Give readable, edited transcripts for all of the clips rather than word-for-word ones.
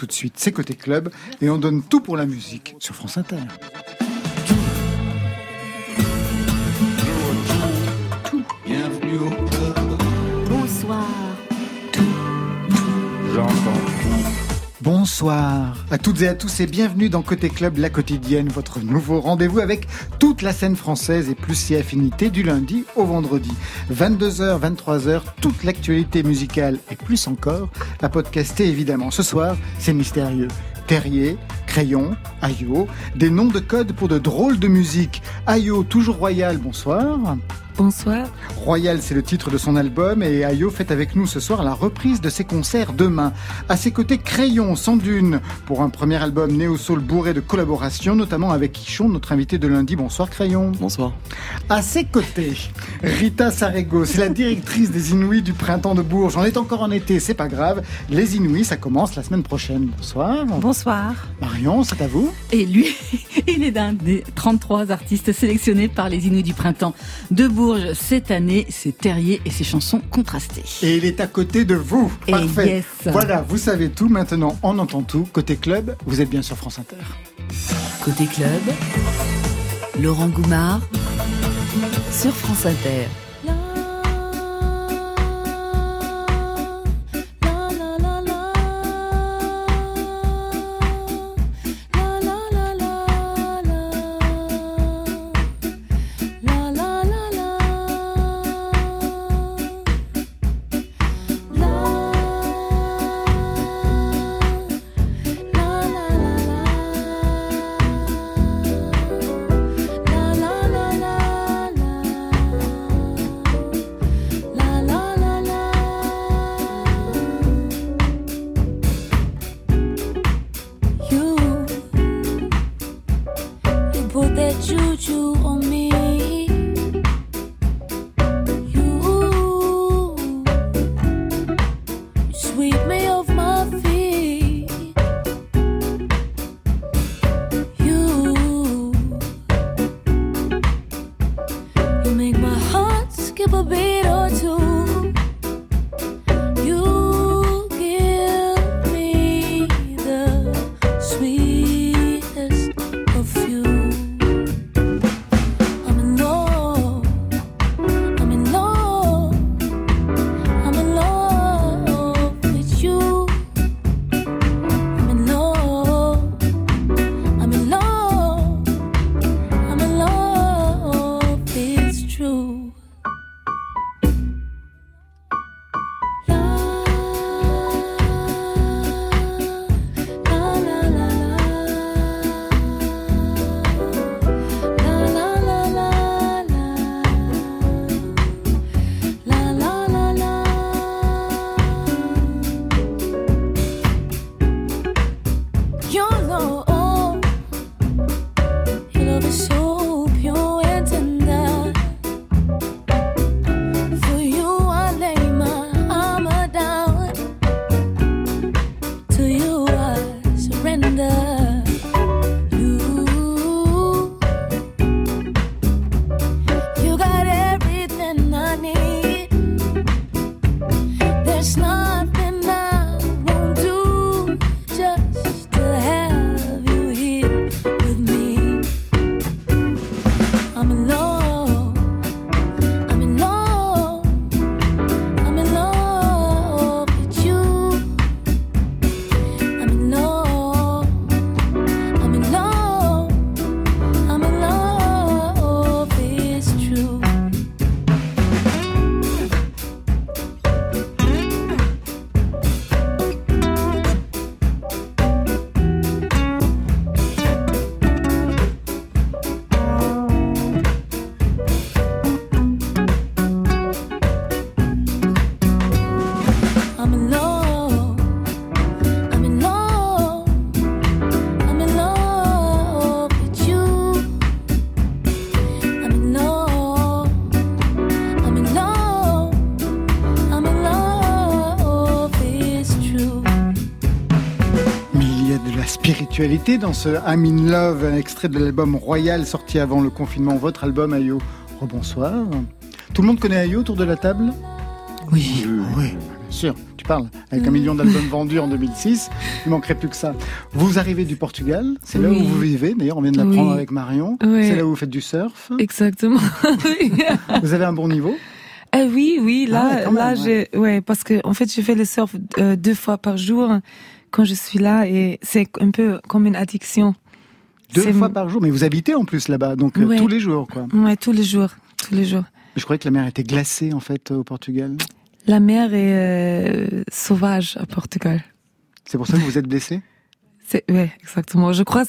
tout de suite, c'est Côté Club et on donne tout pour la musique sur France Inter. Bienvenue au club. Bonsoir. Bonsoir à toutes et à tous et bienvenue dans Côté Club, la quotidienne, votre nouveau rendez-vous avec toute la scène française et plus si affinité du lundi au vendredi. 22h, 23h, toute l'actualité musicale et plus encore à podcaster évidemment. Ce soir, c'est mystérieux. Terrier, Crayon, Ayo, des noms de code pour de drôles de musique. Ayo, toujours Royal, bonsoir. Bonsoir. Royal, c'est le titre de son album et Ayo fête avec nous ce soir la reprise de ses concerts demain. À ses côtés, Crayon, sans dune, pour un premier album néo-soul bourré de collaborations, notamment avec Ichon, notre invité de lundi. Bonsoir Crayon. Bonsoir. À ses côtés, Rita Sarego, c'est la directrice des Inouïs du printemps de Bourges. On est encore en été, c'est pas grave. Les Inouïs, ça commence la semaine prochaine. Bonsoir. Bonsoir. Marion, c'est à vous. Et lui, il est d'un des 33 artistes sélectionnés par les Inouïs du printemps de Bourges. Cette année, c'est Terrier et ses chansons contrastées. Et il est à côté de vous. Et parfait. yes. Voilà, vous savez tout. Maintenant, on entend tout. Côté Club, vous êtes bien sur France Inter. Côté Club, Laurent Goumard sur France Inter. Spiritualité dans ce I'm in Love, un extrait de l'album Royal sorti avant le confinement, votre album Ayo. Rebonsoir. Tout le monde connaît Ayo autour de la table ? Oui. Oui, bien sûr, tu parles. Avec 1 million d'albums vendus en 2006, il manquerait plus que ça. Vous arrivez du Portugal, c'est là où vous vivez, d'ailleurs on vient de l'apprendre avec Marion. Oui. C'est là où vous faites du surf. Exactement. Vous avez un bon niveau? Oui, là, même, parce que en fait, je fais le surf 2 fois par jour quand je suis là et c'est un peu comme une addiction. 2 fois par jour, mais vous habitez en plus là-bas, donc tous les jours, quoi. Ouais, tous les jours. Je croyais que la mer était glacée en fait au Portugal. La mer est sauvage à Portugal. C'est pour ça que vous êtes blessé? Ouais, exactement. Je crois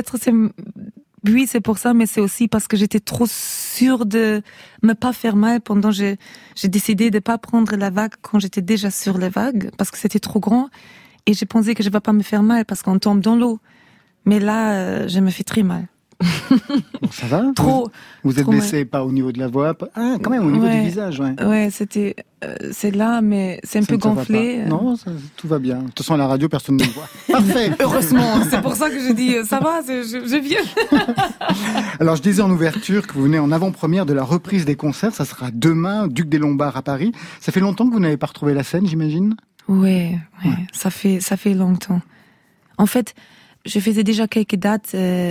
oui, c'est pour ça, mais c'est aussi parce que j'étais trop sûre de me pas faire mal pendant j'ai décidé de pas prendre la vague quand j'étais déjà sur les vagues parce que c'était trop grand et j'ai pensé que je vais pas me faire mal parce qu'on tombe dans l'eau. Mais là, je me fais très mal. Bon, ça va? Trop. Vous êtes blessé pas au niveau de la voix, quand même au niveau du visage, ouais. Ouais, c'est là, mais c'est un peu gonflé. Non, tout va bien. De toute façon, à la radio, personne ne le voit. Parfait. Heureusement, c'est pour ça que je dis, ça va, je viens. Alors, je disais en ouverture que vous venez en avant-première de la reprise des concerts. Ça sera demain, Duc des Lombards à Paris. Ça fait longtemps que vous n'avez pas retrouvé la scène, j'imagine? Ouais. Ça fait longtemps. En fait, je faisais déjà quelques dates.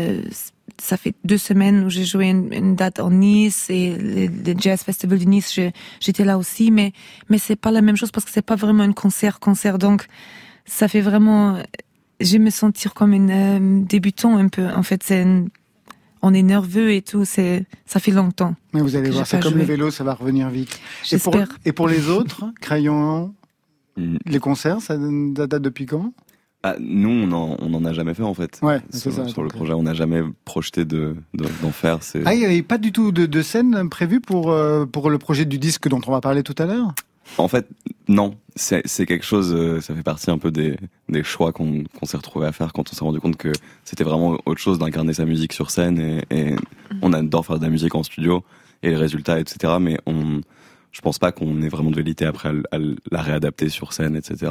Ça fait 2 semaines où j'ai joué une date en Nice et le Jazz Festival de Nice, j'étais là aussi, mais c'est pas la même chose parce que c'est pas vraiment un concert, donc ça fait vraiment, je me sentir comme une débutant un peu. En fait, on est nerveux et tout, ça fait longtemps. Mais vous allez voir, c'est comme le vélo, ça va revenir vite. J'espère. Et pour les autres, Crayon, les concerts, ça date depuis quand? Nous, on en a jamais fait en fait. Ouais, c'est ça. Sur le projet, on n'a jamais projeté d'en faire. Il n'y avait pas du tout de scène prévue pour le projet du disque dont on va parler tout à l'heure? En fait, non. C'est quelque chose, ça fait partie un peu des choix qu'on s'est retrouvé à faire quand on s'est rendu compte que c'était vraiment autre chose d'incarner sa musique sur scène et on adore faire de la musique en studio et les résultats, etc. Mais je pense pas qu'on ait vraiment de velléité après à la réadapter sur scène, etc.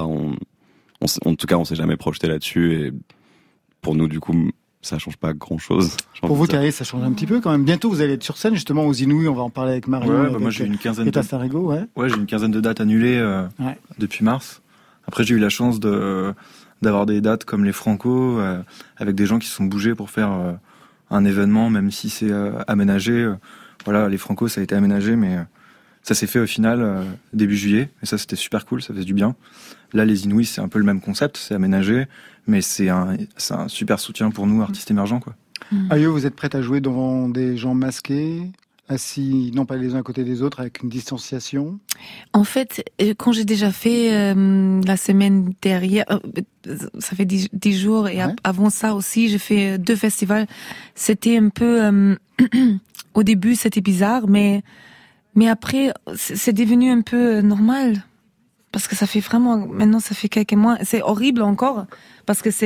En tout cas, on s'est jamais projeté là-dessus et pour nous, du coup, ça change pas grand-chose. Pour vous, Thierry, ça change un petit peu quand même. Bientôt, vous allez être sur scène, justement, aux Inouïs. On va en parler avec Marion. Moi, j'ai une quinzaine j'ai une quinzaine de dates annulées depuis mars. Après, j'ai eu la chance d'avoir des dates comme les Franco, avec des gens qui se sont bougés pour faire un événement, même si c'est aménagé. Les Franco, ça a été aménagé, mais ça s'est fait au final début juillet. Et ça, c'était super cool, ça faisait du bien. Là, les Inouïs, c'est un peu le même concept, c'est aménagé, mais c'est un super soutien pour nous, artistes émergents, quoi. Ayo, vous êtes prête à jouer devant des gens masqués, assis, non pas les uns à côté des autres, avec une distanciation? En fait, quand j'ai déjà fait la semaine dernière, ça fait 10 jours, et avant ça aussi, j'ai fait 2 festivals. C'était un peu, au début, c'était bizarre, mais après, c'est devenu un peu normal. Parce que maintenant ça fait quelques mois, c'est horrible encore, parce que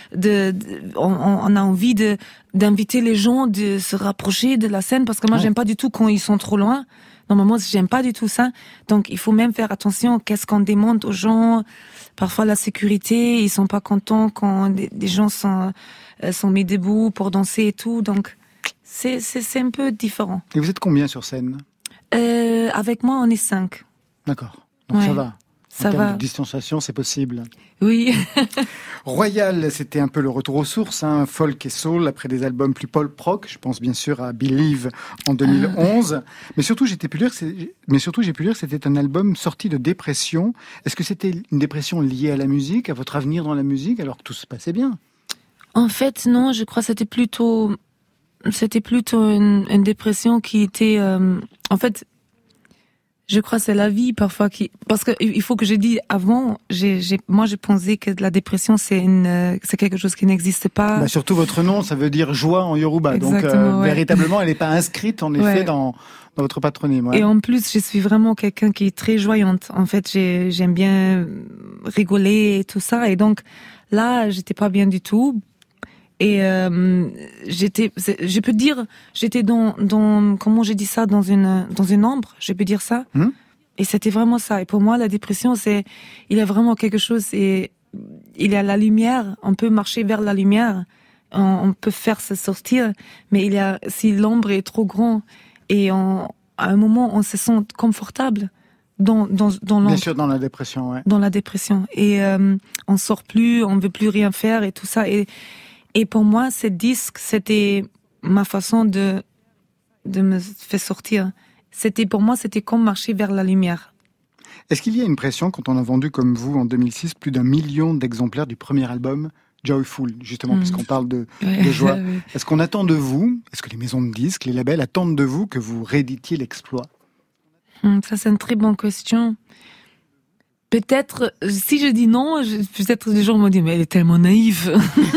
on a envie d'inviter les gens de se rapprocher de la scène, parce que moi j'aime pas du tout quand ils sont trop loin. Normalement, j'aime pas du tout ça. Donc il faut même faire attention, qu'est-ce qu'on demande aux gens. Parfois la sécurité, ils sont pas contents quand des gens sont mis debout pour danser et tout. Donc c'est un peu différent. Et vous êtes combien sur scène? Avec moi, on est 5. D'accord. Donc ça va. En termes de distanciation, c'est possible. Oui. Royal, c'était un peu le retour aux sources, folk et soul, après des albums plus pop-rock. Je pense bien sûr à Believe en 2011. Mais surtout, j'ai pu lire que c'était un album sorti de dépression. Est-ce que c'était une dépression liée à la musique, à votre avenir dans la musique, alors que tout se passait bien? En fait, non, je crois que c'était plutôt une dépression qui était, en fait, je crois que c'est la vie parfois parce que il faut que je dise avant, moi je pensais que la dépression c'est quelque chose qui n'existe pas. Surtout votre nom, ça veut dire joie en Yoruba. Exactement, donc véritablement elle n'est pas inscrite en effet dans votre patronyme. Ouais. Et en plus je suis vraiment quelqu'un qui est très joyante. En fait j'aime bien rigoler et tout ça, et donc là j'étais pas bien du tout. Et je peux dire, j'étais dans comment j'ai dit ça, dans une ombre, je peux dire ça. Et c'était vraiment ça. Et pour moi, la dépression, il y a vraiment quelque chose, et il y a la lumière, on peut marcher vers la lumière, on peut faire se sortir, mais si l'ombre est trop grand, et à un moment, on se sent confortable, dans bien sûr, dans la dépression, ouais. Dans la dépression. Et on sort plus, on veut plus rien faire et tout ça. Et pour moi, ce disque, c'était ma façon de me faire sortir. Pour moi, c'était comme marcher vers la lumière. Est-ce qu'il y a une pression quand on a vendu, comme vous, en 2006, plus d'1 million d'exemplaires du premier album Joyful, justement, puisqu'on parle de joie. Oui. Est-ce qu'on attend de vous, est-ce que les maisons de disques, les labels attendent de vous que vous rééditiez l'exploit ? Ça, c'est une très bonne question. Peut-être, si je dis non, peut-être les gens vont dire, mais elle est tellement naïve.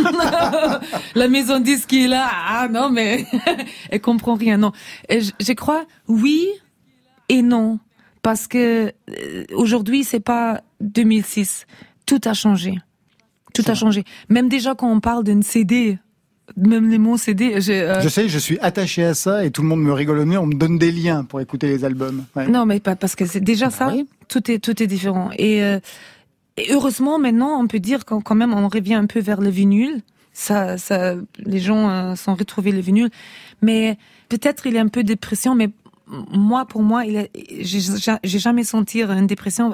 La maison de disques qui est là, ah non, mais elle comprend rien. Non, je crois oui et non. Parce que aujourd'hui, c'est pas 2006. Tout a changé. Tout a changé. Même déjà quand on parle d'une CD, même les mots CD... Je sais, je suis attaché à ça et tout le monde me rigole au nez, on me donne des liens pour écouter les albums. Ouais. Non, mais pas parce que c'est déjà ça, oui. Tout est différent. Et heureusement, maintenant, on peut dire quand même, on revient un peu vers le vinyle. Ça, les gens sont retrouvés le vinyle. Mais peut-être il y a un peu de dépression, mais pour moi, j'ai jamais senti une pression,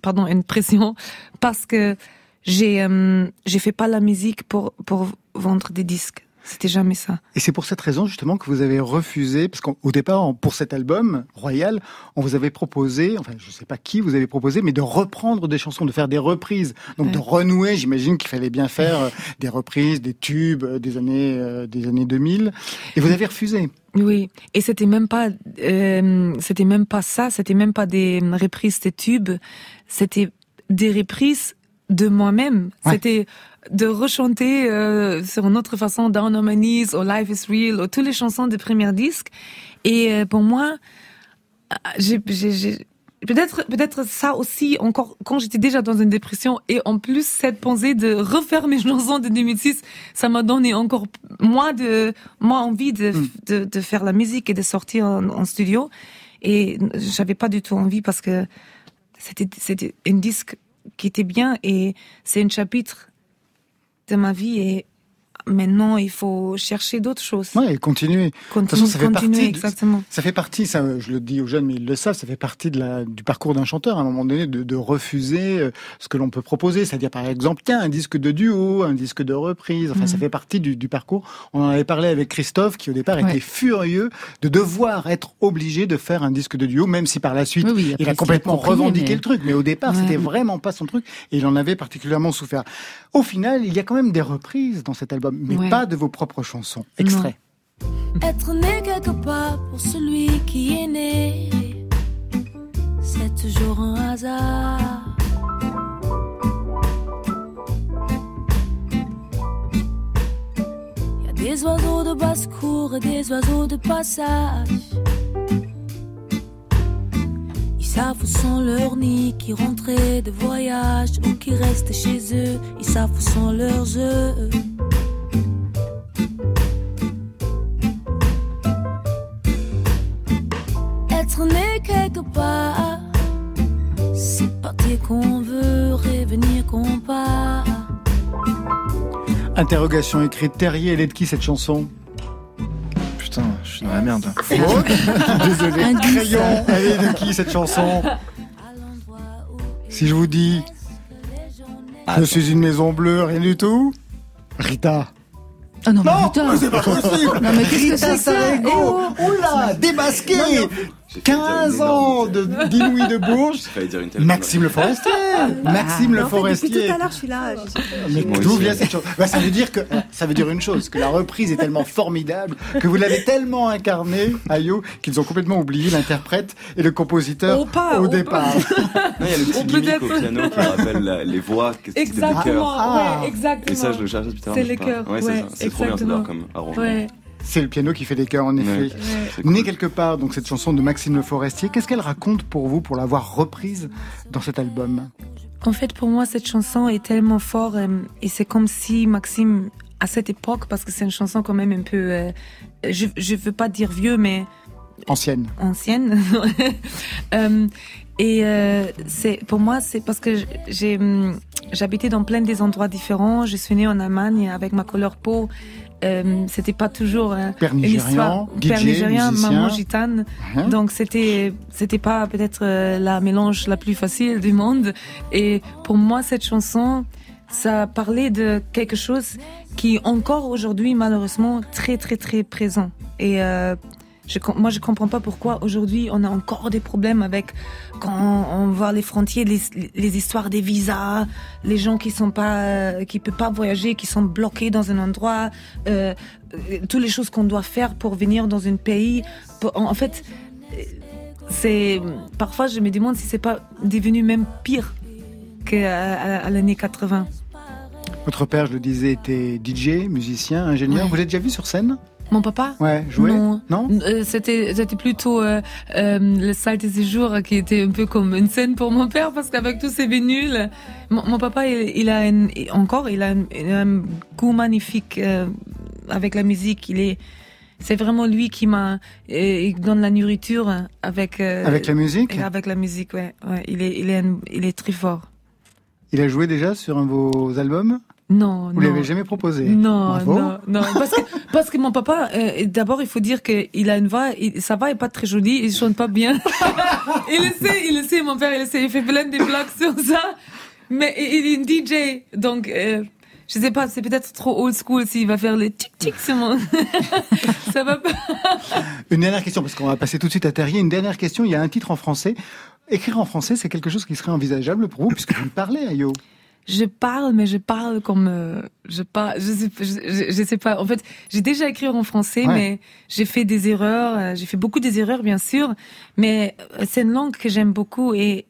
parce que j'ai fait pas la musique pour vendre des disques. C'était jamais ça. Et c'est pour cette raison, justement, que vous avez refusé, parce qu'au départ, pour cet album, Royal, on vous avait proposé, enfin, je sais pas qui vous avez proposé, mais de reprendre des chansons, de faire des reprises. Donc, de renouer, j'imagine qu'il fallait bien faire des reprises, des tubes des années 2000. Et vous avez refusé. Oui. Et c'était même pas ça, c'était même pas des reprises des tubes, c'était des reprises de moi-même. Ouais. C'était de rechanter sur une autre façon Down on My Knees ou Life is Real ou toutes les chansons des premiers disques. Et pour moi, j'ai peut-être ça aussi encore quand j'étais déjà dans une dépression et en plus cette pensée de refaire mes chansons de 2006, ça m'a donné encore moins envie de faire la musique et de sortir en studio. Et j'avais pas du tout envie parce que c'était un disque qui était bien et c'est un chapitre de ma vie et maintenant il faut chercher d'autres choses. Ouais, et continuer. De toute façon, ça fait partie. Exactement. Ça fait partie, ça, je le dis aux jeunes, mais ils le savent, ça fait partie du parcours d'un chanteur à un moment donné de refuser ce que l'on peut proposer, c'est-à-dire par exemple, tiens, un disque de duo, un disque de reprise. Enfin, ça fait partie du parcours. On en avait parlé avec Christophe, qui au départ était furieux de devoir être obligé de faire un disque de duo, même si par la suite il a complètement revendiqué le truc. Mais au départ, c'était vraiment pas son truc, et il en avait particulièrement souffert. Au final, il y a quand même des reprises dans cet album, mais pas de vos propres chansons. Extrait. Être né quelque part pour celui qui est né, c'est toujours un hasard. Il y a des oiseaux de basse-cour et des oiseaux de passage. Ils savent où sont leurs nids, qui rentraient de voyage ou qui restent chez eux. Ils savent où sont leurs œufs. Être né quelque part, c'est partir qu'on veut, revenir qu'on part. Interrogation écrite. Terrier, elle est de qui cette chanson ? Putain, je suis dans la merde. Désolé. Crayon, elle est de qui cette chanson ? Si je vous dis je suis une maison bleue, rien du tout ? Rita. Ah non, mais Rita. C'est pas possible. Non, mais qu'est-ce que c'est ça, Sarego. Oula, démasqué. 15 ans d'Inouï de Bourges. Maxime Le Forestier. Maxime Le Forestier. Depuis tout à l'heure, je suis là. Mais d'où vient cette chose ? Ça veut dire une chose, que la reprise est tellement formidable, que vous l'avez tellement incarné, Ayo, qu'ils ont complètement oublié l'interprète et le compositeur au départ. Il y a le petit gimmick au piano qui rappelle les voix, c'était des chœurs. Exactement. Et ça, je le cherche depuis tout à l'heure. C'est les chœurs. Ouais, c'est trop bien, ça d'ailleurs comme arrangement. Ouais. C'est le piano qui fait des chœurs, en effet. Cool. Né quelque part, donc cette chanson de Maxime Le Forestier, qu'est-ce qu'elle raconte pour vous, pour l'avoir reprise dans cet album ? En fait, pour moi, cette chanson est tellement forte et c'est comme si Maxime, à cette époque, parce que c'est une chanson quand même un peu, je veux pas dire vieux, mais ancienne. Et pour moi, c'est parce que j'habitais dans plein des endroits différents. Je suis née en Allemagne avec ma couleur peau. C'était pas toujours père nigérian, père nigérien, musicien. maman gitane. Donc c'était pas peut-être la mélange la plus facile du monde. Et pour moi, cette chanson, ça parlait de quelque chose qui est encore aujourd'hui malheureusement très très très présent. Et moi, je comprends pas pourquoi aujourd'hui on a encore des problèmes avec quand on voit les frontières, les histoires des visas, les gens qui peuvent pas voyager, qui sont bloqués dans un endroit, toutes les choses qu'on doit faire pour venir dans un pays. En fait, parfois je me demande si c'est pas devenu même pire qu'à l'année 80. Votre père, je le disais, était DJ, musicien, ingénieur. Ouais. Vous l'avez déjà vu sur scène ? Mon papa ? Ouais, jouer ? Non C'était plutôt le salle de séjour qui était un peu comme une scène pour mon père parce qu'avec tous ces vinyles, mon papa il a un goût magnifique avec la musique. C'est vraiment lui qui il donne la nourriture avec la musique. Avec la musique, ouais. Il est très fort. Il a joué déjà sur un de vos albums ? Non, Vous l'avez jamais proposé ? Non, Bravo. non, parce que mon papa, d'abord il faut dire qu'il a une voix, sa voix est pas très jolie, il chante pas bien. il le sait, mon père, il fait plein de blagues sur ça, mais il est une DJ, donc je sais pas, c'est peut-être trop old school s'il va faire les tic-tic sur mon... Ça va pas. Une dernière question, parce qu'on va passer tout de suite à Terrier. Une dernière question, il y a un titre en français. Écrire en français, c'est quelque chose qui serait envisageable pour vous, puisque vous le parlez, Ayo. Je parle comme je sais pas. En fait, j'ai déjà écrit en français, mais j'ai fait des erreurs. J'ai fait beaucoup des erreurs, bien sûr. Mais c'est une langue que j'aime beaucoup et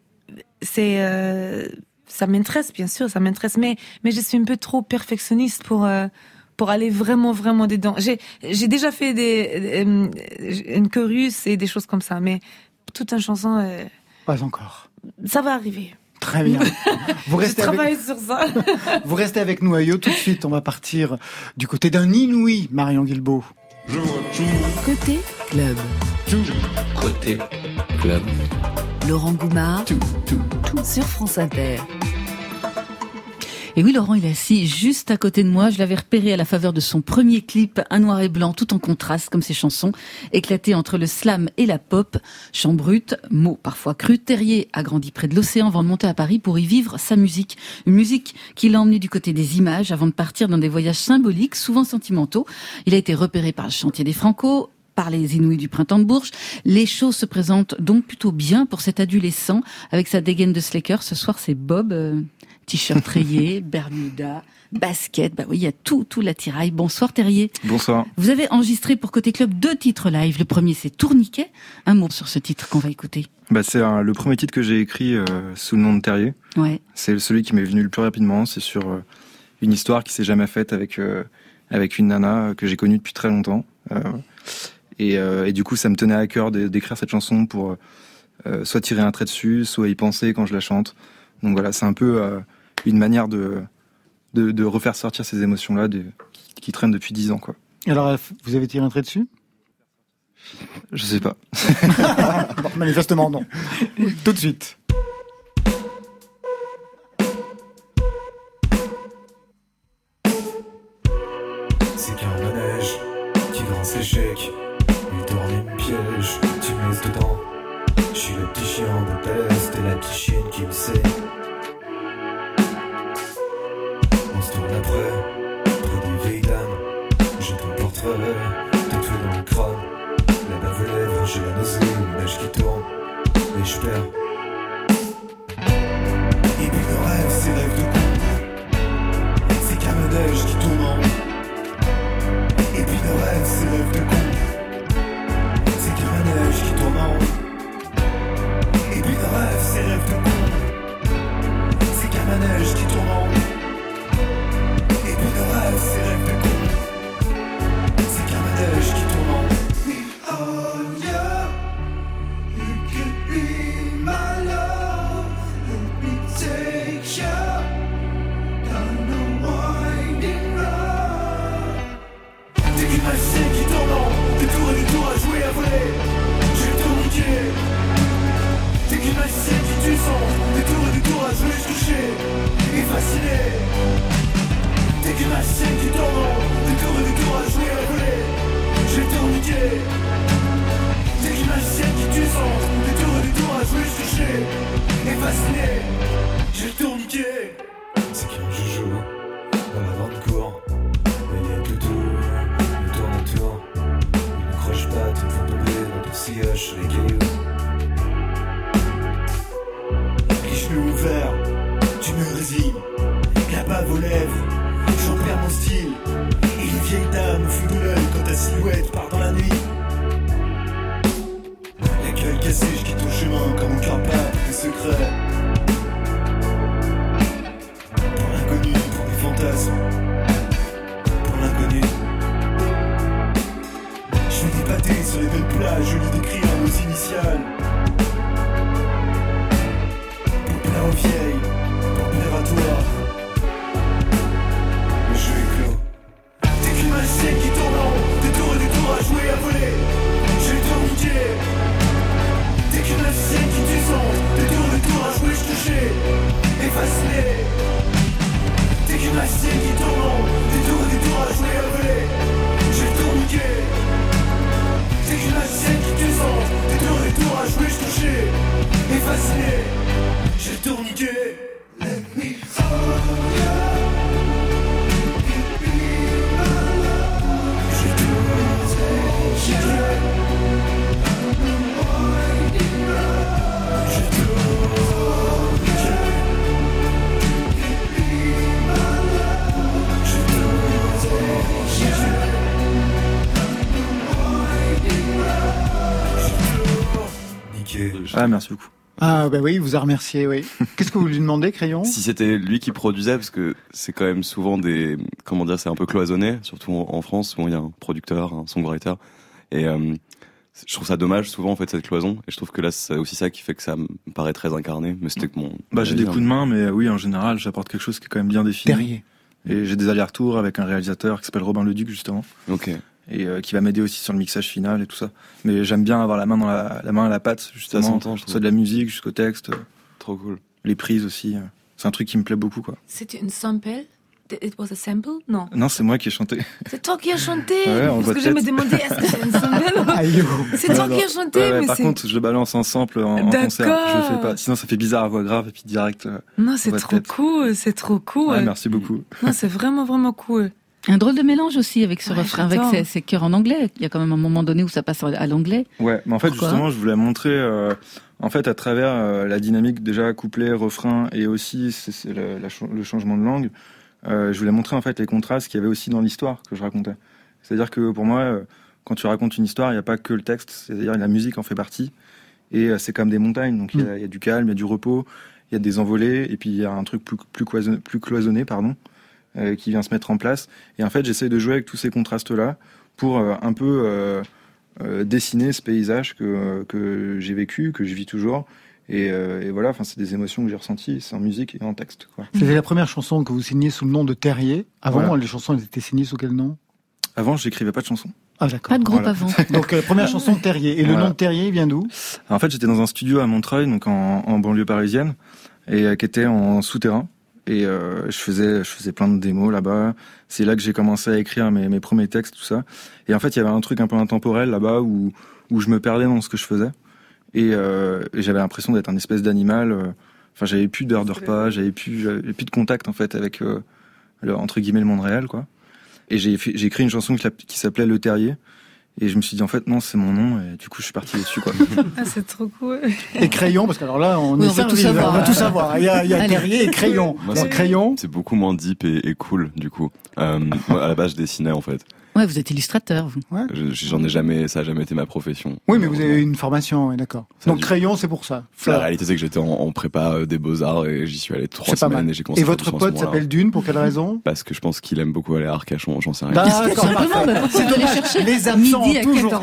ça m'intéresse, bien sûr, ça m'intéresse. Mais je suis un peu trop perfectionniste pour aller vraiment dedans. J'ai déjà fait une chorus et des choses comme ça, mais toute une chanson. Pas encore. Ça va arriver. Très bien. Je travaille sur ça. Vous restez avec nous, Ayo. Tout de suite, on va partir du côté d'un inouï, Marion Guilbault. Côté club. Côté club. Laurent Goumard sur France Inter. Et oui, Laurent, il est assis juste à côté de moi. Je l'avais repéré à la faveur de son premier clip, un noir et blanc, tout en contraste, comme ses chansons, éclatées entre le slam et la pop. Chant brut, mots parfois crus. Terrier a grandi près de l'océan avant de monter à Paris pour y vivre sa musique. Une musique qui l'a emmené du côté des images avant de partir dans des voyages symboliques, souvent sentimentaux. Il a été repéré par le chantier des Franco, par les Inouïs du Printemps de Bourges. Les choses se présentent donc plutôt bien pour cet adolescent avec sa dégaine de slacker. Ce soir, c'est Bob, t-shirt rayé, bermuda, basket. Bah oui, il y a tout l'attirail. Bonsoir Terrier. Bonsoir. Vous avez enregistré pour Côté Club 2 titres live. Le premier, c'est Tourniquet. Un mot sur ce titre qu'on va écouter. C'est le premier titre que j'ai écrit sous le nom de Terrier. Ouais. C'est celui qui m'est venu le plus rapidement. C'est sur une histoire qui s'est jamais faite avec une nana que j'ai connue depuis très longtemps. Et du coup, ça me tenait à cœur d'écrire cette chanson pour soit tirer un trait dessus, soit y penser quand je la chante. Donc voilà, c'est un peu une manière de refaire sortir ces émotions-là qui traînent depuis 10 ans, quoi. Alors, vous avez tiré un trait dessus ? Je sais pas. Bon, manifestement, non. Tout de suite. C'est qu'un manège qui lance l'échec, lui tourne une piège, tu me laisses dedans. Je suis le petit chien de test et la petite chienne qui me sait. On se tourne après, près des vieilles dames. J'ai ton portrait, tatoué dans le crâne. La bave aux lèvres, j'ai la nausée, l'image qui tourne, et je perds. Et puis le rêve, c'est rêve de con. C'est qu'un manège qui tourne en rond. Et puis le rêve, c'est rêve de con. C'est qu'un manège qui tourne en rond. Et puis le rêve, c'est rêve de con. tourniquet. T'es qu'une magicienne qui tue sans des tours à jouer, je touchais. Et fasciné, j'ai le tourniquet. C'est qu'il y a un joujou dans la grande cour. Mais il y a que tout, le tour en tour. Il ne croche pas, tu me fais tomber dans ton sillage sur les cailloux. Les genoux ouverts, tu me résignes. La bave aux lèvres, j'en perds mon style. Et les vieilles dames me foutent de l'œil quand ta silhouette part dans la nuit. La gueule cassée, je quitte ton chemin comme un carpath des secrets. Pour l'inconnu, pour des fantasmes. Pour l'inconnu. Je fais des pâtés sur les belles plages, je lis d'écrire nos initiales. Pour plaire aux vieilles, pour plaire à toi. Le jeu est clos. T'es qu'une machine qui tourne en rond, des tours à jouer, à voler. J'ai le tourniquet. T'es qu'une machine qui tue sans des tours à jouer, je touchais. Et fasciné. T'es qu'une machine qui tourne en rond, des tours à jouer, à voler. J'ai le tourniquet. T'es qu'une machine qui tue sans des tours à jouer, je touchais. Et fasciné. J'ai le tourniquet. Let me hold you. Ah, merci beaucoup. Ah, bah oui, il vous a remercié, oui. Qu'est-ce que vous lui demandez, Crayon? Si c'était lui qui produisait, parce que c'est quand même souvent des, comment dire, c'est un peu cloisonné, surtout en France, où il y a un producteur, un songwriter, et je trouve ça dommage souvent en fait cette cloison, et je trouve que là c'est aussi ça qui fait que ça me paraît très incarné. Mais c'était mon. Bah j'ai des coups de main, mais oui en général j'apporte quelque chose qui est quand même bien défini. Terrier. Et j'ai des allers-retours avec un réalisateur qui s'appelle Robin Leduc justement. Ok. Et qui va m'aider aussi sur le mixage final et tout ça. Mais j'aime bien avoir la main à la pâte justement. Ça s'entend, je trouve. Soit de la musique jusqu'au texte. Trop cool. Les prises aussi. C'est un truc qui me plaît beaucoup quoi. C'était une sample? It was a sample? Non. Non, c'est moi qui ai chanté. C'est toi qui as chanté? Ouais, parce que je me demandais, est-ce que c'est une sample? C'est toi qui as chanté, ouais, mais par contre, je le balance en sample en concert. Je le fais pas. Sinon, ça fait bizarre à voix grave et puis direct. Non, c'est trop cool, c'est trop cool. Ouais, merci beaucoup. Non, c'est vraiment, vraiment cool. Un drôle de mélange aussi avec ce refrain, avec ces chœurs en anglais. Il y a quand même un moment donné où ça passe à l'anglais. Ouais, mais en fait, pourquoi justement, je voulais montrer, en fait, à travers la dynamique déjà couplet, refrain et aussi le changement de langue, je voulais montrer en fait les contrastes qu'il y avait aussi dans l'histoire que je racontais. C'est-à-dire que pour moi, quand tu racontes une histoire, il n'y a pas que le texte, c'est-à-dire la musique en fait partie. Et c'est comme des montagnes, donc il y a du calme, il y a du repos, il y a des envolées, et puis il y a un truc plus cloisonné, qui vient se mettre en place. Et en fait, j'essaie de jouer avec tous ces contrastes-là pour un peu dessiner ce paysage que j'ai vécu, que je vis toujours. Et voilà, enfin, c'est des émotions que j'ai ressenties, c'est en musique et en texte, quoi. C'était la première chanson que vous signiez sous le nom de Terrier. Avant, voilà. Les chansons, elles étaient signées sous quel nom? Avant, j'écrivais pas de chansons. Ah, d'accord. Pas de groupe avant. Donc, première chanson de Terrier. Et le nom de Terrier, il vient d'où? En fait, j'étais dans un studio à Montreuil, donc en banlieue parisienne, et qui était en souterrain. Et je faisais plein de démos là-bas. C'est là que j'ai commencé à écrire mes premiers textes, tout ça. Et en fait, il y avait un truc un peu intemporel là-bas où je me perdais dans ce que je faisais. Et j'avais l'impression d'être un espèce d'animal. Enfin, j'avais plus d'heures de repas, j'avais plus de contact en fait avec entre guillemets le monde réel, quoi. Et j'ai écrit une chanson qui s'appelait Le Terrier. Et je me suis dit, en fait, non, c'est mon nom. Et du coup, je suis parti dessus, quoi. Ah, c'est trop cool. Et Crayon, parce que alors là, on veut tout savoir. On veut tout savoir. Il y a Terrier et Crayon. Moi, Crayon. C'est beaucoup moins deep et cool, du coup. Moi, à la base, je dessinais, en fait. Ouais, vous êtes illustrateur, vous. Ouais. J'en ai jamais, ça a jamais été ma profession. Oui, mais vous avez eu une formation, ouais, d'accord. Donc Crayon, c'est pour ça. La réalité, c'est que j'étais en prépa des Beaux-Arts et j'y suis allé 3 semaines et j'ai commencé. Et votre pote s'appelle Dune, pour quelle raison? Parce que je pense qu'il aime beaucoup aller à Arcachon, j'en sais rien. D'accord, c'est d'aller chercher les absents midi à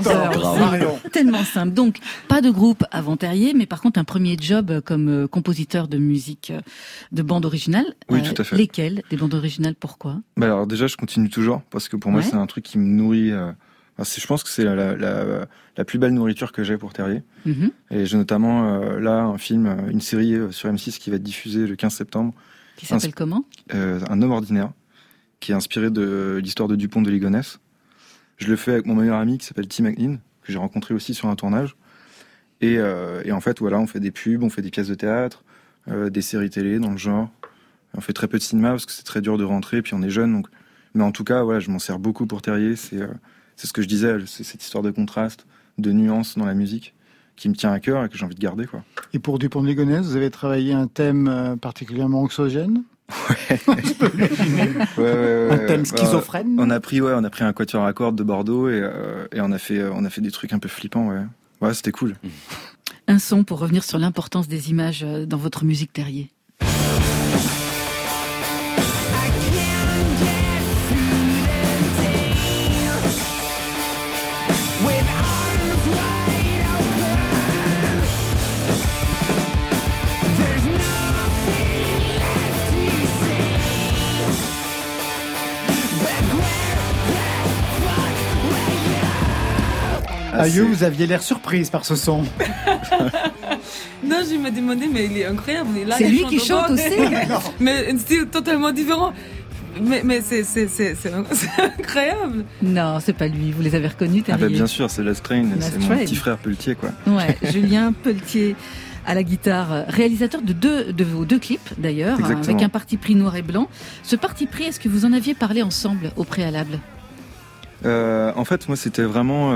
14h. Tellement simple. Donc, pas de groupe avant Terrier, mais par contre, un premier job comme compositeur de musique, de bande originale. Oui, tout à fait. Lesquelles? Des bandes originales, pourquoi? Bah alors, déjà, je continue toujours, parce que pour moi, c'est un truc qui me nourrit. Je pense que c'est la plus belle nourriture que j'ai pour Terrier. Mm-hmm. Et j'ai notamment là un film, une série sur M6 qui va être diffusée le 15 septembre. Qui s'appelle comment? Un homme ordinaire, qui est inspiré de l'histoire de Dupont de Ligonnès. je le fais avec mon meilleur ami qui s'appelle Tim McLean, que j'ai rencontré aussi sur un tournage. Et en fait, voilà, on fait des pubs, on fait des pièces de théâtre, des séries télé dans le genre. On fait très peu de cinéma parce que c'est très dur de rentrer, puis on est jeune. Donc... Mais en tout cas, voilà, je m'en sers beaucoup pour Terrier. C'est ce que je disais, c'est cette histoire de contraste, de nuance dans la musique qui me tient à cœur et que j'ai envie de garder, quoi. Et pour Dupont de Ligonnès, vous avez travaillé un thème particulièrement anxiogène? Ouais. Un thème schizophrène? On a pris un quatuor à cordes de Bordeaux et on a fait des trucs un peu flippants, ouais. Ouais, c'était cool. Un son pour revenir sur l'importance des images dans votre musique, Terrier. Ayou, vous aviez l'air surprise par ce son. Non, je me demandais, mais il est incroyable. Là, c'est lui qui chante aussi. Mais un style totalement différent. Mais c'est incroyable. Non, c'est pas lui. Vous les avez reconnus, Terrier? Ah bah bien sûr, c'est Last Train. C'est mon petit frère Pelletier, quoi. Ouais, Julien Pelletier à la guitare, réalisateur de vos deux clips d'ailleurs, avec un parti pris noir et blanc. Ce parti pris, est-ce que vous en aviez parlé ensemble au préalable? En fait, moi, c'était vraiment...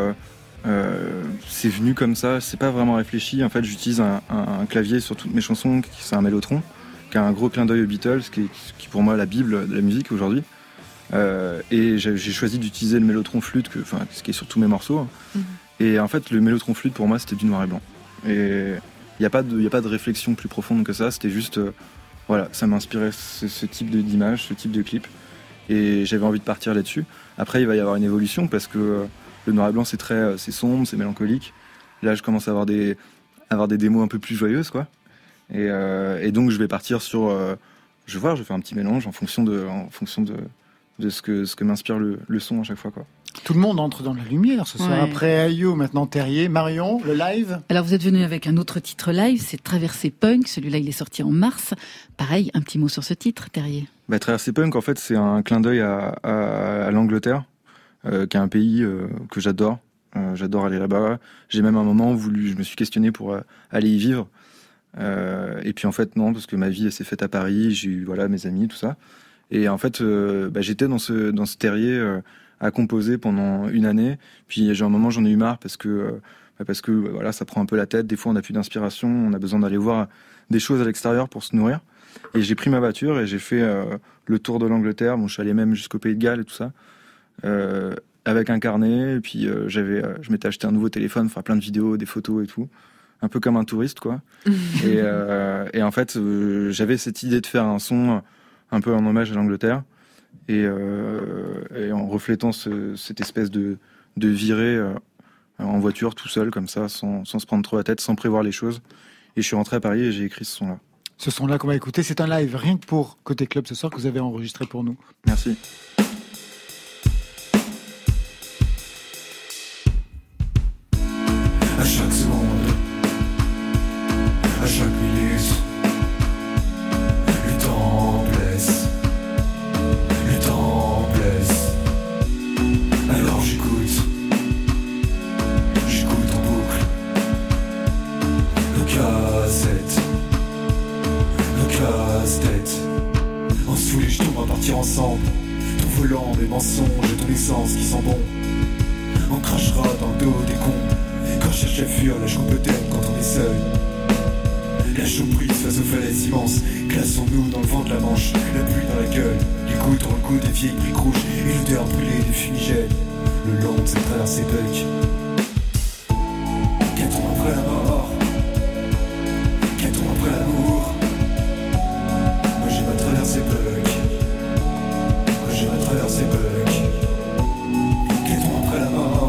c'est venu comme ça, c'est pas vraiment réfléchi. En fait, j'utilise un clavier sur toutes mes chansons, c'est un Mellotron, qui a un gros clin d'œil aux Beatles, qui pour moi est la bible de la musique aujourd'hui. Et j'ai choisi d'utiliser le Mellotron flûte, ce qui est sur tous mes morceaux. Mm-hmm. Et en fait, le Mellotron flûte, pour moi, c'était du noir et blanc. Et il n'y a pas de réflexion plus profonde que ça, c'était juste... voilà, ça m'inspirait ce type d'image, ce type de clip. Et j'avais envie de partir là-dessus. Après, il va y avoir une évolution, parce que le noir et blanc, c'est sombre, c'est mélancolique. Là, je commence à avoir des démos un peu plus joyeuses, quoi. Et donc, je vais partir sur... je vais faire un petit mélange en fonction de ce que m'inspire le son à chaque fois, quoi. Tout le monde entre dans la lumière ce soir. Ouais. Après Ayou, maintenant Terrier. Marion, le live? Alors, vous êtes venu avec un autre titre live, c'est Traversée Punk. Celui-là, il est sorti en mars. Pareil, un petit mot sur ce titre, Terrier. Traversée Punk, en fait, c'est un clin d'œil à l'Angleterre, qui est un pays que j'adore. J'adore aller là-bas. J'ai même un moment je me suis questionné pour aller y vivre. Et puis en fait, non, parce que ma vie elle s'est faite à Paris, j'ai eu mes amis, tout ça. Et en fait, j'étais dans ce terrier à composer pendant une année. Puis j'ai un moment, j'en ai eu marre parce que ça prend un peu la tête. Des fois, on n'a plus d'inspiration, on a besoin d'aller voir des choses à l'extérieur pour se nourrir. Et j'ai pris ma voiture et j'ai fait le tour de l'Angleterre. Bon, je suis allé même jusqu'au Pays de Galles et tout ça. Avec un carnet, et puis je m'étais acheté un nouveau téléphone, faire plein de vidéos, des photos et tout, un peu comme un touriste, quoi. et en fait, j'avais cette idée de faire un son un peu en hommage à l'Angleterre, et en reflétant cette espèce de virée en voiture tout seul, comme ça, sans se prendre trop la tête, sans prévoir les choses. Et je suis rentré à Paris et j'ai écrit ce son-là. Ce son-là qu'on va écouter, c'est un live rien que pour Côté Club ce soir que vous avez enregistré pour nous. Merci. À chaque seconde, à chaque minute, le temps blesse, alors j'écoute en boucle, nos casse-tête, en sous les jetons on va partir ensemble, ton volant, mes mensonges et ton essence qui sent bon, on crachera dans le dos des cons. Quand je cherche à fuir, là je coupe le thème quand on est seul. La chaude-brise face aux falaises immenses, glaçons-nous dans le vent de la Manche, la pluie dans la gueule, les gouttes dans le cou des vieilles briques rouges et l'odeur brûlée des fumigènes, le long de cette traversée punk. Qu'a-t-on après la mort? Qu'a-t-on après l'amour? Moi j'ai ma traversée punk. Qu'a-t-on après la mort?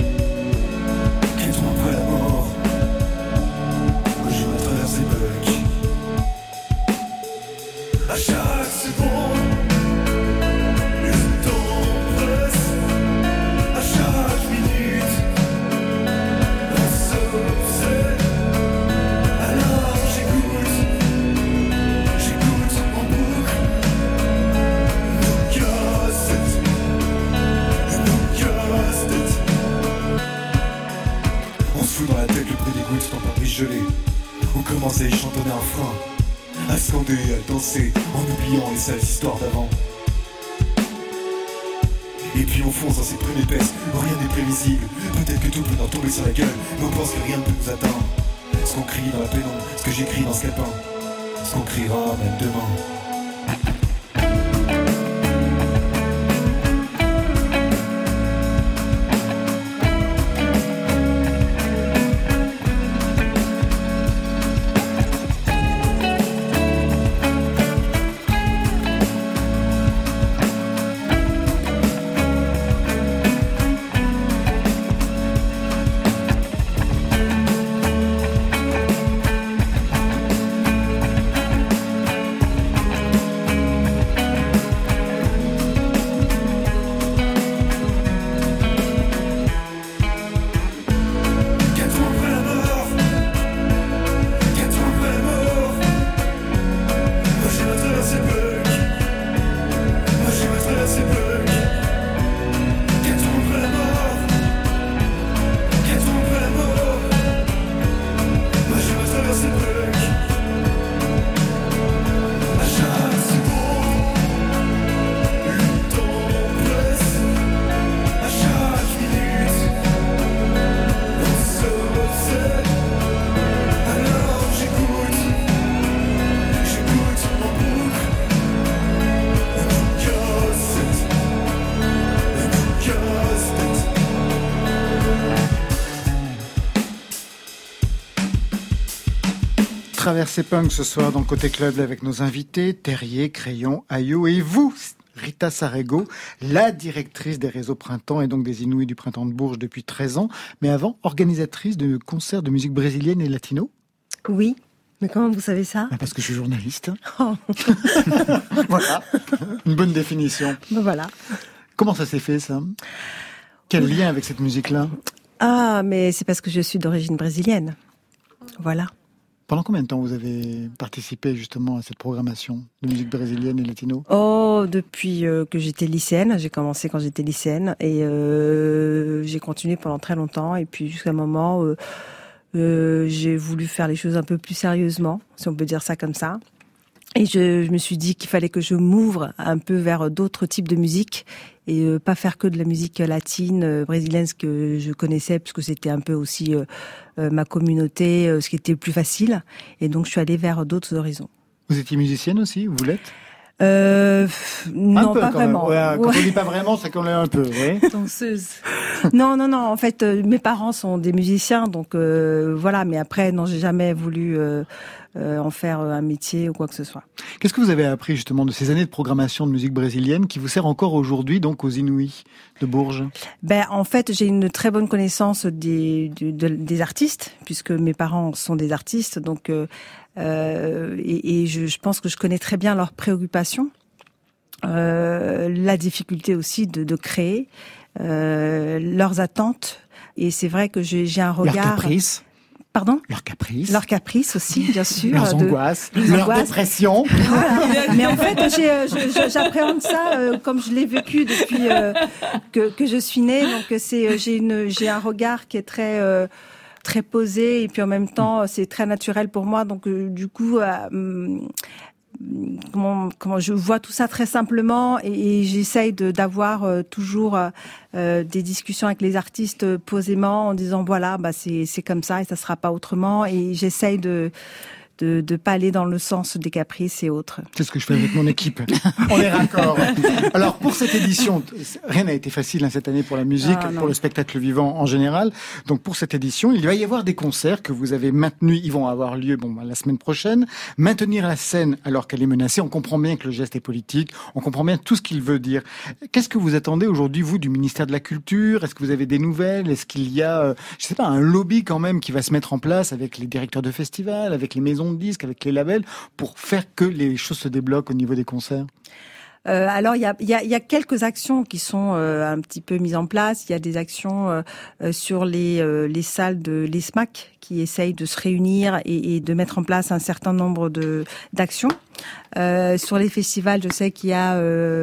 À chaque seconde, le temps presse. À chaque minute, gelé. On commence à y chantonner un frein, à scander, à danser, en oubliant les sales histoires d'avant. Et puis on fonce dans cette brume épaisse, où rien n'est prévisible. Peut-être que tout peut en tomber sur la gueule, mais on pense que rien ne peut nous atteindre. Ce qu'on crie dans la pénombre, ce que j'écris dans ce calepin, ce qu'on criera même demain. Traversée punk ce soir dans Côté Club avec nos invités, Terrier, Crayon, Ayo et vous, Rita Sarego, la directrice des réseaux Printemps et donc des Inouïs du Printemps de Bourges depuis 13 ans, mais avant organisatrice de concerts de musique brésilienne et latino. Oui, mais comment vous savez ça ? Parce que je suis journaliste. Oh. Voilà, une bonne définition. Ben voilà. Comment ça s'est fait ça ? Quel lien avec cette musique-là ? Ah, mais c'est parce que je suis d'origine brésilienne. Voilà. Pendant combien de temps vous avez participé justement à cette programmation de musique brésilienne et latino ? Oh, depuis que j'étais lycéenne. J'ai commencé quand j'étais lycéenne et j'ai continué pendant très longtemps. Et puis jusqu'à un moment, j'ai voulu faire les choses un peu plus sérieusement, si on peut dire ça comme ça. Et je me suis dit qu'il fallait que je m'ouvre un peu vers d'autres types de musique et pas faire que de la musique latine, brésilienne, ce que je connaissais, puisque c'était un peu aussi ma communauté, ce qui était le plus facile. Et donc, je suis allée vers d'autres horizons. Vous étiez musicienne aussi, vous l'êtes ? Non, pas vraiment. Ouais, quand on dit pas vraiment, c'est qu'on l'est un peu, oui. Danseuse. Non. En fait, mes parents sont des musiciens, donc voilà. Mais après, non, j'ai jamais voulu en faire un métier ou quoi que ce soit. Qu'est-ce que vous avez appris justement de ces années de programmation de musique brésilienne qui vous sert encore aujourd'hui donc aux Inouïs de Bourges ? En fait, j'ai une très bonne connaissance des artistes, puisque mes parents sont des artistes, donc je pense que je connais très bien leurs préoccupations, la difficulté aussi de créer, leurs attentes, et c'est vrai que j'ai un regard. Leurs caprices. Pardon ? Leurs caprices aussi, bien sûr. Leurs angoisses, leurs dépressions. Voilà. Mais en fait, j'appréhende ça comme je l'ai vécu depuis que je suis née. Donc j'ai un regard qui est très posé et puis en même temps c'est très naturel pour moi. Donc du coup, comment je vois tout ça très simplement et j'essaye d'avoir toujours des discussions avec les artistes posément en disant voilà, c'est comme ça et ça sera pas autrement, et j'essaye de pas aller dans le sens des caprices et autres. C'est ce que je fais avec mon équipe. On est raccord. Alors, pour cette édition, rien n'a été facile cette année pour la musique, pour le spectacle vivant en général. Donc, pour cette édition, il va y avoir des concerts que vous avez maintenus. Ils vont avoir lieu, la semaine prochaine. Maintenir la scène alors qu'elle est menacée. On comprend bien que le geste est politique. On comprend bien tout ce qu'il veut dire. Qu'est-ce que vous attendez aujourd'hui, vous, du ministère de la Culture ? Est-ce que vous avez des nouvelles ? Est-ce qu'il y a, un lobby quand même qui va se mettre en place avec les directeurs de festivals, avec les maisons de disques, avec les labels, pour faire que les choses se débloquent au niveau des concerts? Alors il y a quelques actions qui sont un petit peu mises en place. Il y a des actions sur les salles de l'ESMAC qui essayent de se réunir et de mettre en place un certain nombre d'actions. Sur les festivals, je sais qu'il y a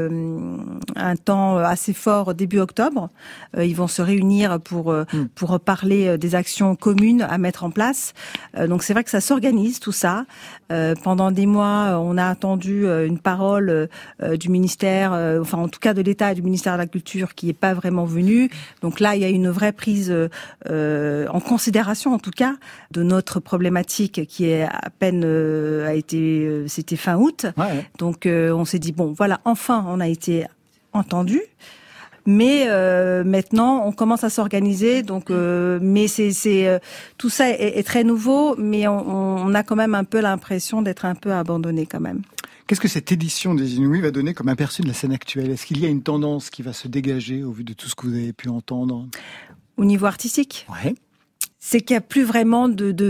un temps assez fort début octobre. Ils vont se réunir pour parler des actions communes à mettre en place. Donc c'est vrai que ça s'organise tout ça. Pendant des mois, on a attendu une parole du ministère, enfin en tout cas de l'État et du ministère de la Culture qui est pas vraiment venue. Donc là, il y a une vraie prise en considération, en tout cas, de notre problématique qui est à peine c'était fin août. Ouais. Donc on s'est dit bon, voilà, enfin on a été entendu. Mais maintenant, on commence à s'organiser. Donc, mais c'est tout ça est très nouveau, mais on a quand même un peu l'impression d'être un peu abandonné quand même. Qu'est-ce que cette édition des Inouïs va donner comme aperçu de la scène actuelle ? Est-ce qu'il y a une tendance qui va se dégager au vu de tout ce que vous avez pu entendre ? Au niveau artistique ? Ouais. C'est qu'il n'y a plus vraiment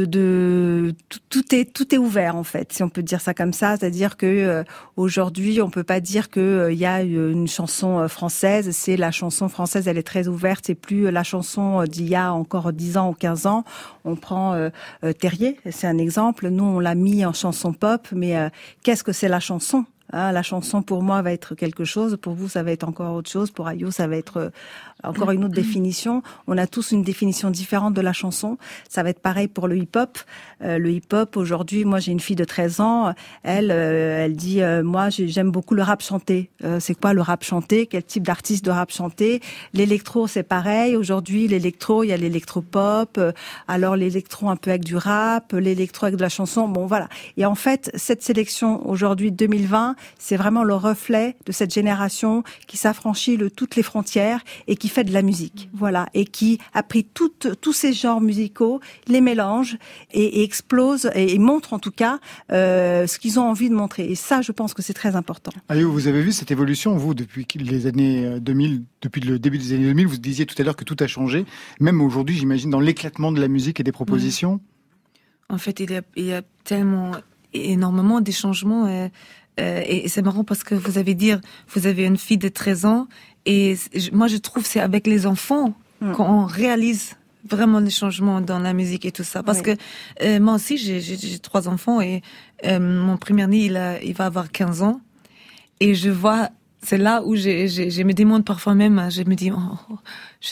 tout est ouvert en fait, si on peut dire ça comme ça, c'est-à-dire que aujourd'hui on peut pas dire que il y a une chanson française, c'est la chanson française, elle est très ouverte, c'est plus la chanson d'il y a encore 10 ans ou 15 ans. On prend Terrier, c'est un exemple, nous on l'a mis en chanson pop, mais qu'est-ce que c'est la chanson ? La chanson pour moi va être quelque chose, pour vous ça va être encore autre chose, pour Ayo ça va être encore une autre définition. On a tous une définition différente de la chanson. Ça va être pareil pour le hip-hop. Le hip-hop aujourd'hui, moi j'ai une fille de 13 ans, elle dit moi j'aime beaucoup le rap chanté. C'est quoi le rap chanté ? Quel type d'artiste de rap chanté ? L'électro c'est pareil. Aujourd'hui l'électro, il y a l'électro-pop, alors l'électro un peu avec du rap, l'électro avec de la chanson. Bon voilà. Et en fait cette sélection aujourd'hui 2020, c'est vraiment le reflet de cette génération qui s'affranchit de toutes les frontières et qui fait de la musique, voilà, et qui a pris tous ces genres musicaux, les mélange et explose et montre en tout cas ce qu'ils ont envie de montrer. Et ça, je pense que c'est très important. Ayo, vous avez vu cette évolution, vous, depuis les années 2000, depuis le début des années 2000, vous disiez tout à l'heure que tout a changé. Même aujourd'hui, j'imagine, dans l'éclatement de la musique et des propositions. En fait, il y a tellement, énormément des changements. Et c'est marrant parce que vous avez une fille de 13 ans et moi je trouve que c'est avec les enfants qu'on réalise vraiment les changements dans la musique et tout ça. Parce que moi aussi j'ai 3 enfants et mon premier-né il va avoir 15 ans et je vois, c'est là où je me demande parfois même, je me dis je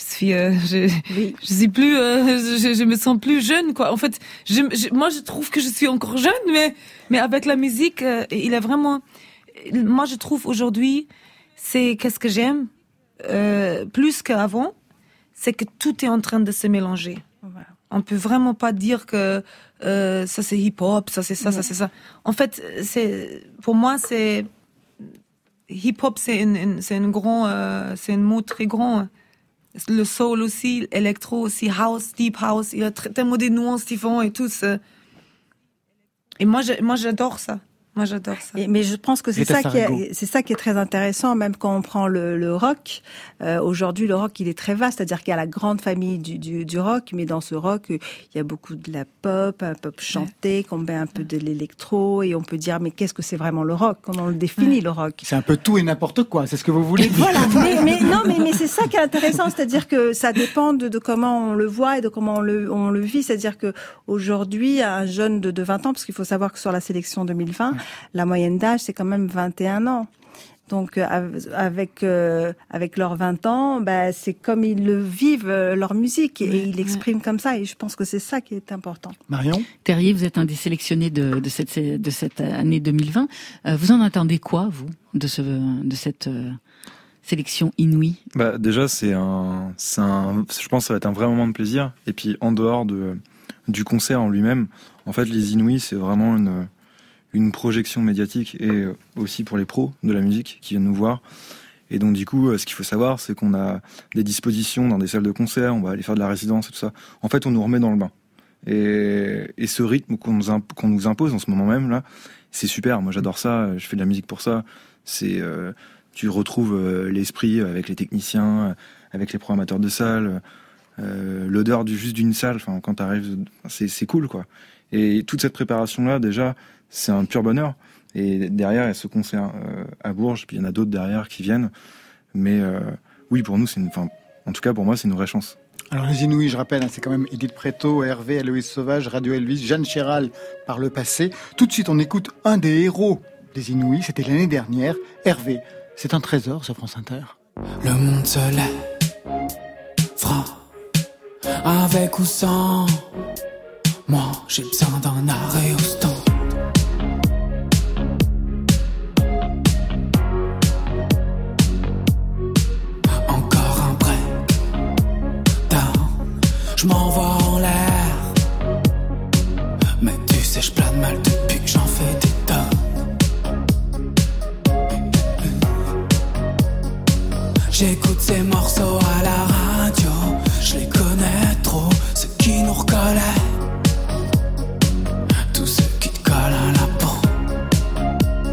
suis plus je me sens plus jeune quoi. En fait, moi je trouve que je suis encore jeune mais avec la musique il a vraiment, moi je trouve aujourd'hui c'est qu'est-ce que j'aime plus qu'avant, c'est que tout est en train de se mélanger. Voilà. On peut vraiment pas dire que ça c'est hip-hop, ça c'est ça, ça c'est ça. En fait, pour moi c'est hip-hop, c'est un mot très grand. Le soul aussi, l'électro aussi, house, deep house, il y a tellement de nuances différentes et tout. Et moi j'adore ça. Moi, j'adore ça. Mais je pense que c'est ça qui est très intéressant, même quand on prend le rock. Aujourd'hui, le rock, il est très vaste, c'est-à-dire qu'il y a la grande famille du rock, mais dans ce rock, il y a beaucoup de la pop, un pop chanté, qu'on met un peu de l'électro, et on peut dire, mais qu'est-ce que c'est vraiment le rock? Comment on le définit, le rock? C'est un peu tout et n'importe quoi, c'est ce que vous voulez dire. Voilà, mais c'est ça qui est intéressant, c'est-à-dire que ça dépend de comment on le voit et de comment on le vit, c'est-à-dire que aujourd'hui, un jeune de 20 ans, parce qu'il faut savoir que sur la sélection 2020, la moyenne d'âge, c'est quand même 21 ans. Donc, avec leurs 20 ans, c'est comme ils le vivent, leur musique, et ils l'expriment comme ça. Et je pense que c'est ça qui est important. Marion? Terrier, vous êtes un des sélectionnés de cette année 2020. Vous en attendez quoi, vous, de cette sélection inouïe? Déjà, je pense que ça va être un vrai moment de plaisir. Et puis, en dehors du concert en lui-même, en fait, les Inouïs, c'est vraiment une projection médiatique et aussi pour les pros de la musique qui viennent nous voir. Et donc du coup, ce qu'il faut savoir, c'est qu'on a des dispositions dans des salles de concert, on va aller faire de la résidence et tout ça. En fait, on nous remet dans le bain. Et ce rythme qu'on nous impose en ce moment même là, c'est super. Moi, j'adore ça. Je fais de la musique pour ça. Tu retrouves l'esprit avec les techniciens, avec les programmateurs de salles, l'odeur juste d'une salle. Enfin, quand t'arrives, c'est cool quoi. Et toute cette préparation là, déjà, c'est un pur bonheur. Et derrière, il y a ce concert à Bourges, puis il y en a d'autres derrière qui viennent. Mais oui, pour nous, en tout cas pour moi, c'est une vraie chance. Alors les Inouïs, je rappelle, c'est quand même Edith Preto, Hervé, Aloïs Sauvage, Radio Elvis, Jeanne Chéral par le passé. Tout de suite, on écoute un des héros des Inouïs, c'était l'année dernière. Hervé, c'est un trésor sur France Inter. Le monde se lève, franc, avec ou sans. Moi, j'ai besoin d'un arrêt au stand. Encore un break down, je m'envoie en l'air. Mais tu sais, je plane mal depuis que j'en fais des tonnes. J'écoute ces morceaux à la radio, je les connais trop, ceux qui nous recollaient. Tous ceux qui te collent à la peau.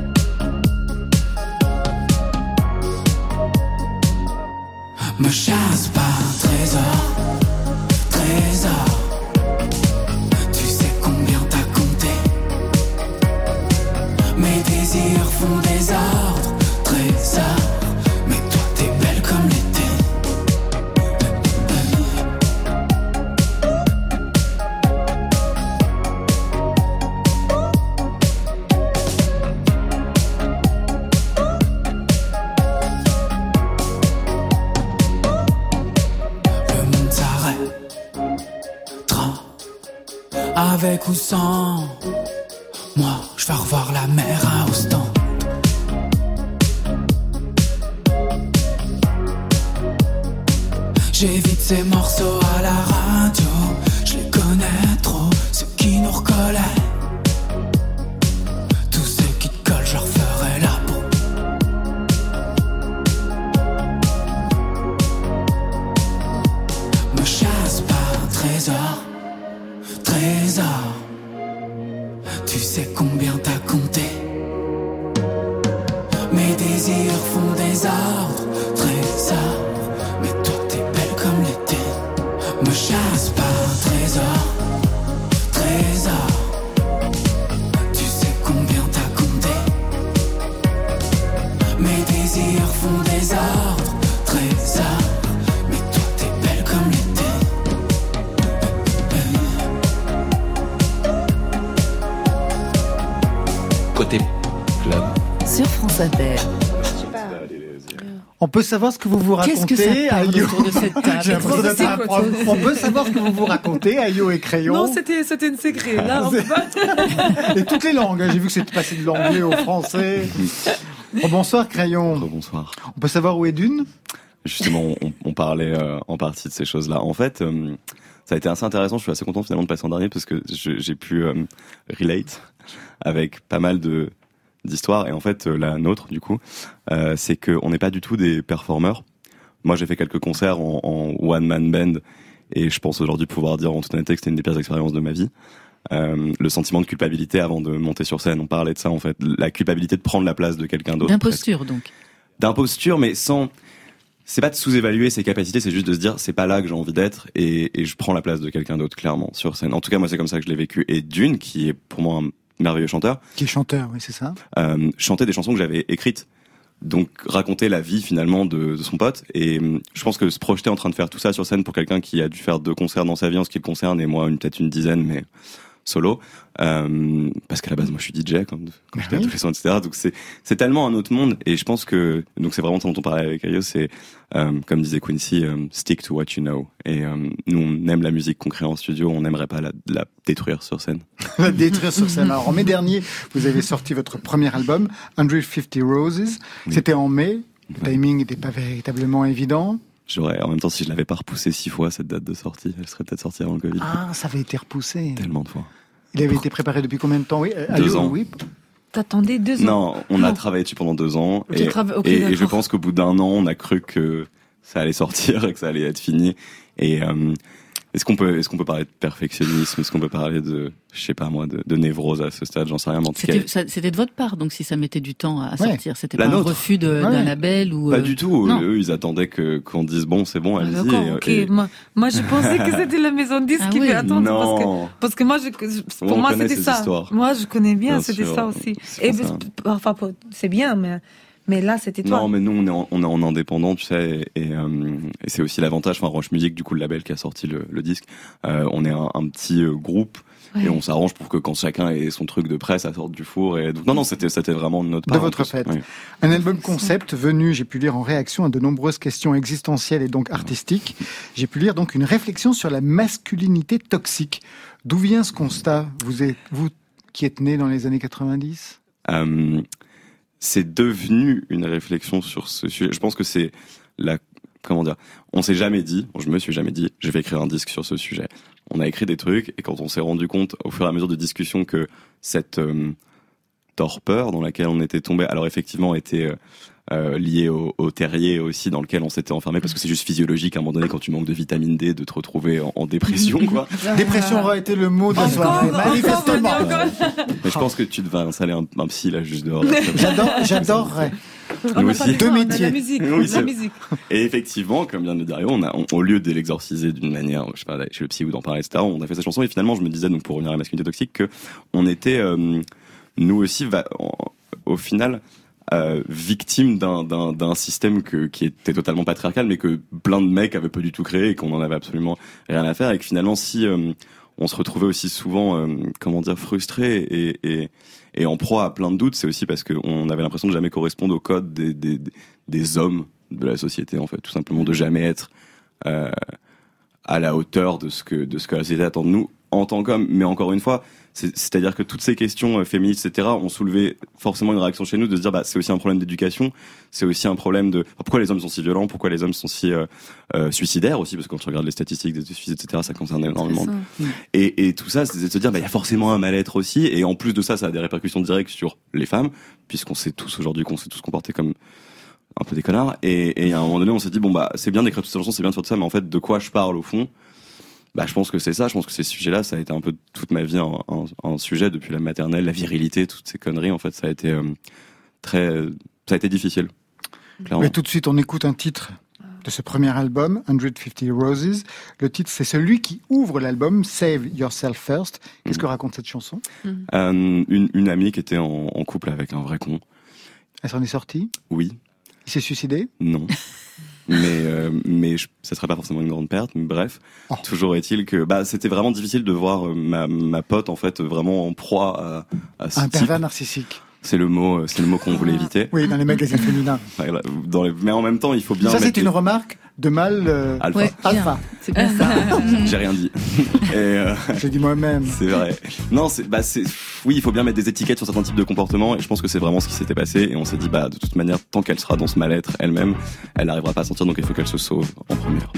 Me chasse pas un trésor, trésor. Tu sais combien t'as compté. Mes désirs font désordre, trésor. Mais toi t'es belle comme l'été. Avec ou sans, moi je vais revoir la mer à Houston. J'évite ces morceaux à la radio, je les connais trop, ceux qui nous recollaient. Tous ceux qui te collent, je leur ferai la peau. Me chasse pas un trésor, trésor. Tu sais combien t'as compté. Mes désirs font désordre, trésor. Mais toi t'es belle comme l'été. Me chasse pas un trésor, trésor. Tu sais combien t'as compté. Mes désirs font désordre, trésor. Mais toi t'es belle comme l'été. Côté club. Sur France Inter. On peut savoir ce que vous racontez. Qu'est-ce que ça parle Ayo autour de cette table? J'ai l'impression d'être un prof. On peut savoir ce que vous racontez, Ayo et Crayon. Non, c'était une secret. Là, on peut pas. Et toutes les langues. J'ai vu que c'était passé de l'anglais au français. Oh, bonsoir, Crayon. Bonsoir. On peut savoir où est Dune? Justement, on parlait en partie de ces choses-là. En fait, ça a été assez intéressant. Je suis assez content finalement de passer en dernier parce que j'ai pu relate avec pas mal d'histoires. Et en fait, la nôtre, du coup, c'est qu'on n'est pas du tout des performeurs. Moi, j'ai fait quelques concerts en one-man band et je pense aujourd'hui pouvoir dire en toute honnêteté que c'était une des pires expériences de ma vie. Le sentiment de culpabilité avant de monter sur scène, on parlait de ça en fait, la culpabilité de prendre la place de quelqu'un d'autre. D'imposture donc. D'imposture, mais sans... C'est pas de sous-évaluer ses capacités, c'est juste de se dire c'est pas là que j'ai envie d'être et je prends la place de quelqu'un d'autre clairement sur scène. En tout cas, moi c'est comme ça que je l'ai vécu. Et Dune, qui est pour moi un merveilleux chanteur. Qui est chanteur, oui, c'est ça. Chantait des chansons que j'avais écrites. Donc raconter la vie finalement de son pote. Et je pense que se projeter en train de faire tout ça sur scène pour quelqu'un qui a dû faire 2 concerts dans sa vie en ce qui le concerne, et moi peut-être une dizaine, mais solo. Parce qu'à la base moi je suis DJ quand j'étais à tous les sons, etc. Donc c'est tellement un autre monde. Et je pense que donc c'est vraiment ça dont on parlait avec Ayo, c'est comme disait Quincy, stick to what you know. Et nous on aime la musique qu'on crée en studio, on n'aimerait pas la détruire sur scène. La détruire sur scène. Alors en mai dernier, vous avez sorti votre premier album, 150 Roses. Oui. C'était en mai. Le timing n'était pas véritablement évident. En même temps, si je l'avais pas repoussé 6 fois, cette date de sortie, elle serait peut-être sortie avant le Covid. Ah, ça avait été repoussé. Tellement de fois. Il avait été préparé depuis combien de temps? Oui, 2 ans. Oui. T'attendais 2 ans? Non, on a travaillé dessus pendant 2 ans. Et je pense qu'au bout d'1 an, on a cru que ça allait sortir et que ça allait être fini. Et est-ce qu'on peut parler de perfectionnisme? Est-ce qu'on peut parler de, je sais pas moi, de névrose à ce stade? J'en sais rien. C'était de votre part, donc si ça mettait du temps à sortir, c'était pas un refus d'un label ou pas du tout. Eux, ils attendaient qu'on dise bon, c'est bon, allez-y. D'accord, ok. Moi, je pensais que c'était la maison de disques qui devait attendre. Non. Parce que moi, pour moi, c'était ça. Histoires. Moi, je connais bien, Bien c'était sûr. ça aussi. Et parfois, c'est bien, Mais là, c'était toi. Non, mais nous, on est en indépendant, tu sais, et c'est aussi l'avantage. Enfin, Roche Music, du coup, le label qui a sorti le disque, on est un petit groupe. Ouais. Et on s'arrange pour que quand chacun ait son truc de presse, ça sorte du four. Et donc, non, c'était vraiment notre part. De votre fête. Oui. Un album concept venu, j'ai pu lire en réaction à de nombreuses questions existentielles et donc artistiques. J'ai pu lire donc une réflexion sur la masculinité toxique. D'où vient ce constat, vous qui êtes né dans les années 90 ? C'est devenu une réflexion sur ce sujet. Je pense que c'est on s'est jamais dit, je me suis jamais dit, je vais écrire un disque sur ce sujet. On a écrit des trucs, et quand on s'est rendu compte, au fur et à mesure de discussions, que cette torpeur dans laquelle on était tombé, alors effectivement, était liée au terrier aussi dans lequel on s'était enfermé, parce que c'est juste physiologique à un moment donné, quand tu manques de vitamine D, de te retrouver en dépression, quoi. Dépression aurait été le mot de la soirée, manifestement. Mais je pense que tu devais installer un psy là juste dehors. J'adorerais. Nous aussi. Deux métiers. La musique. Et effectivement, comme vient de le dire, au lieu de l'exorciser d'une manière, je sais pas, chez le psy ou d'en parler, etc., on a fait cette chanson, et finalement, je me disais, donc, pour revenir à la masculinité toxique, que on était, nous aussi, au final, victime d'un système qui était totalement patriarcal, mais que plein de mecs avaient pas du tout créé, et qu'on en avait absolument rien à faire, et que finalement, si on se retrouvait aussi souvent, frustré et en proie à plein de doutes, c'est aussi parce qu'on avait l'impression de jamais correspondre au code des hommes de la société, en fait, tout simplement, de jamais être à la hauteur de ce que la société attend de nous en tant qu'hommes. Mais encore une fois, c'est-à-dire que toutes ces questions féministes, etc., ont soulevé forcément une réaction chez nous de se dire, c'est aussi un problème d'éducation, c'est aussi un problème de pourquoi les hommes sont si violents, pourquoi les hommes sont si suicidaires aussi, parce que quand tu regardes les statistiques des suicides, etc., ça concerne énormément. Et tout ça, c'est de se dire, il y a forcément un mal-être aussi, et en plus de ça, ça a des répercussions directes sur les femmes, puisqu'on sait tous aujourd'hui qu'on s'est tous comportés comme un peu des connards, et à un moment donné, on s'est dit, c'est bien d'écrire toutes ces chansons, c'est bien de faire tout ça, mais en fait, de quoi je parle au fond? Je pense que c'est ça, je pense que ces sujets-là, ça a été un peu toute ma vie un sujet depuis la maternelle, la virilité, toutes ces conneries, en fait, ça a été ça a été difficile. Clairement. Mais tout de suite, on écoute un titre de ce premier album, 150 Roses. Le titre, c'est celui qui ouvre l'album, Save Yourself First. Qu'est-ce que raconte cette chanson? Une amie qui était en couple avec un vrai con. Elle s'en est sortie? Oui. Il s'est suicidé? Non. Mais ça serait pas forcément une grande perte, mais bref. Toujours est-il que c'était vraiment difficile de voir ma pote en fait vraiment en proie à ce un type. pervers narcissique. C'est le mot qu'on voulait éviter. Oui, dans les magazines féminins. Mais en même temps, il faut bien. Ça, c'est une remarque de mâle alpha. Ouais, alpha. C'est bien ça. J'ai rien dit. J'ai dit moi-même. C'est vrai. Non, oui, il faut bien mettre des étiquettes sur certains types de comportements, et je pense que c'est vraiment ce qui s'était passé, et on s'est dit, de toute manière, tant qu'elle sera dans ce mal-être elle-même, elle n'arrivera pas à sentir, donc il faut qu'elle se sauve en première.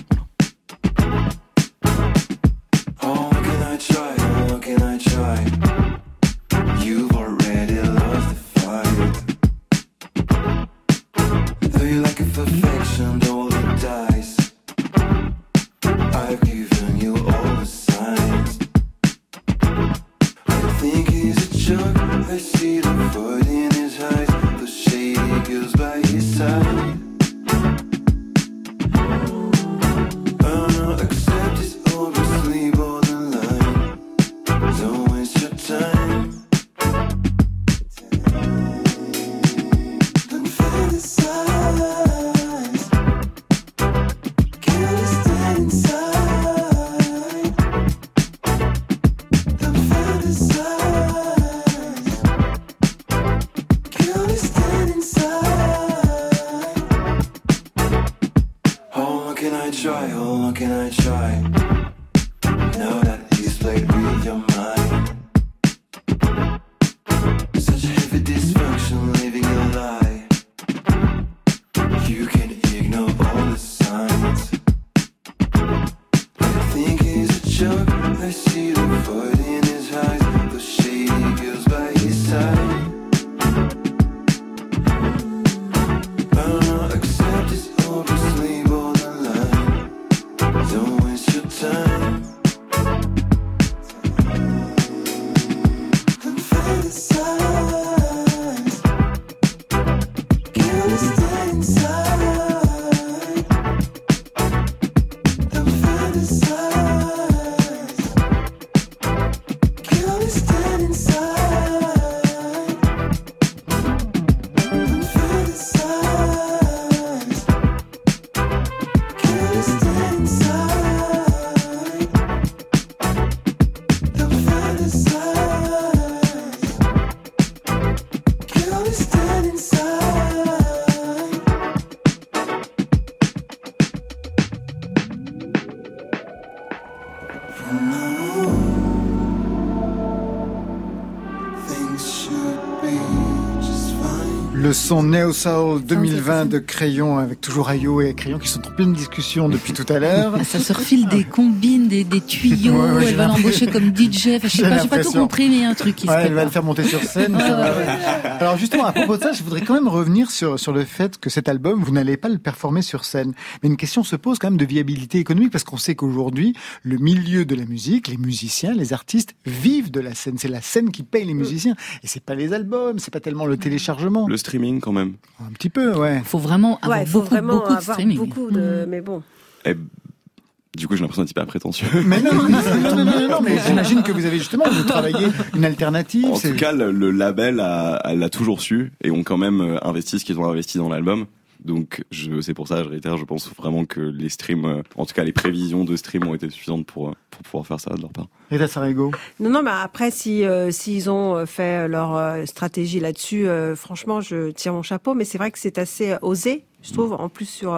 Le son Neo Soul 2020 de Crayon, avec toujours Ayo et Crayon qui sont en pleine discussion depuis tout à l'heure. Ça se refile des combines, des tuyaux, ouais, elle va l'embaucher comme DJ, enfin, j'ai pas tout compris, mais il y a un truc qui se elle va le faire monter sur scène. Alors justement, à propos de ça, je voudrais quand même revenir sur le fait que cet album, vous n'allez pas le performer sur scène. Mais une question se pose quand même de viabilité économique, parce qu'on sait qu'aujourd'hui, le milieu de la musique, les musiciens, les artistes vivent de la scène. C'est la scène qui paye les musiciens. Et c'est pas les albums, c'est pas tellement le téléchargement. Le streaming quand même. Un petit peu, ouais. Faut vraiment avoir beaucoup de streaming. Beaucoup de, mais bon. Et du coup, j'ai l'impression d'être hyper prétentieux. Mais non, mais j'imagine que vous avez justement, vous travaillez une alternative. En tout cas, le label l'a toujours su et ont quand même investi ce qu'ils ont investi dans l'album. Donc, c'est pour ça, je réitère, je pense vraiment que les streams, en tout cas les prévisions de stream ont été suffisantes pour pouvoir faire ça de leur part. Rita Sarego. Non, mais après, s'ils ont fait leur stratégie là-dessus, franchement, je tire mon chapeau. Mais c'est vrai que c'est assez osé, je trouve, en plus sur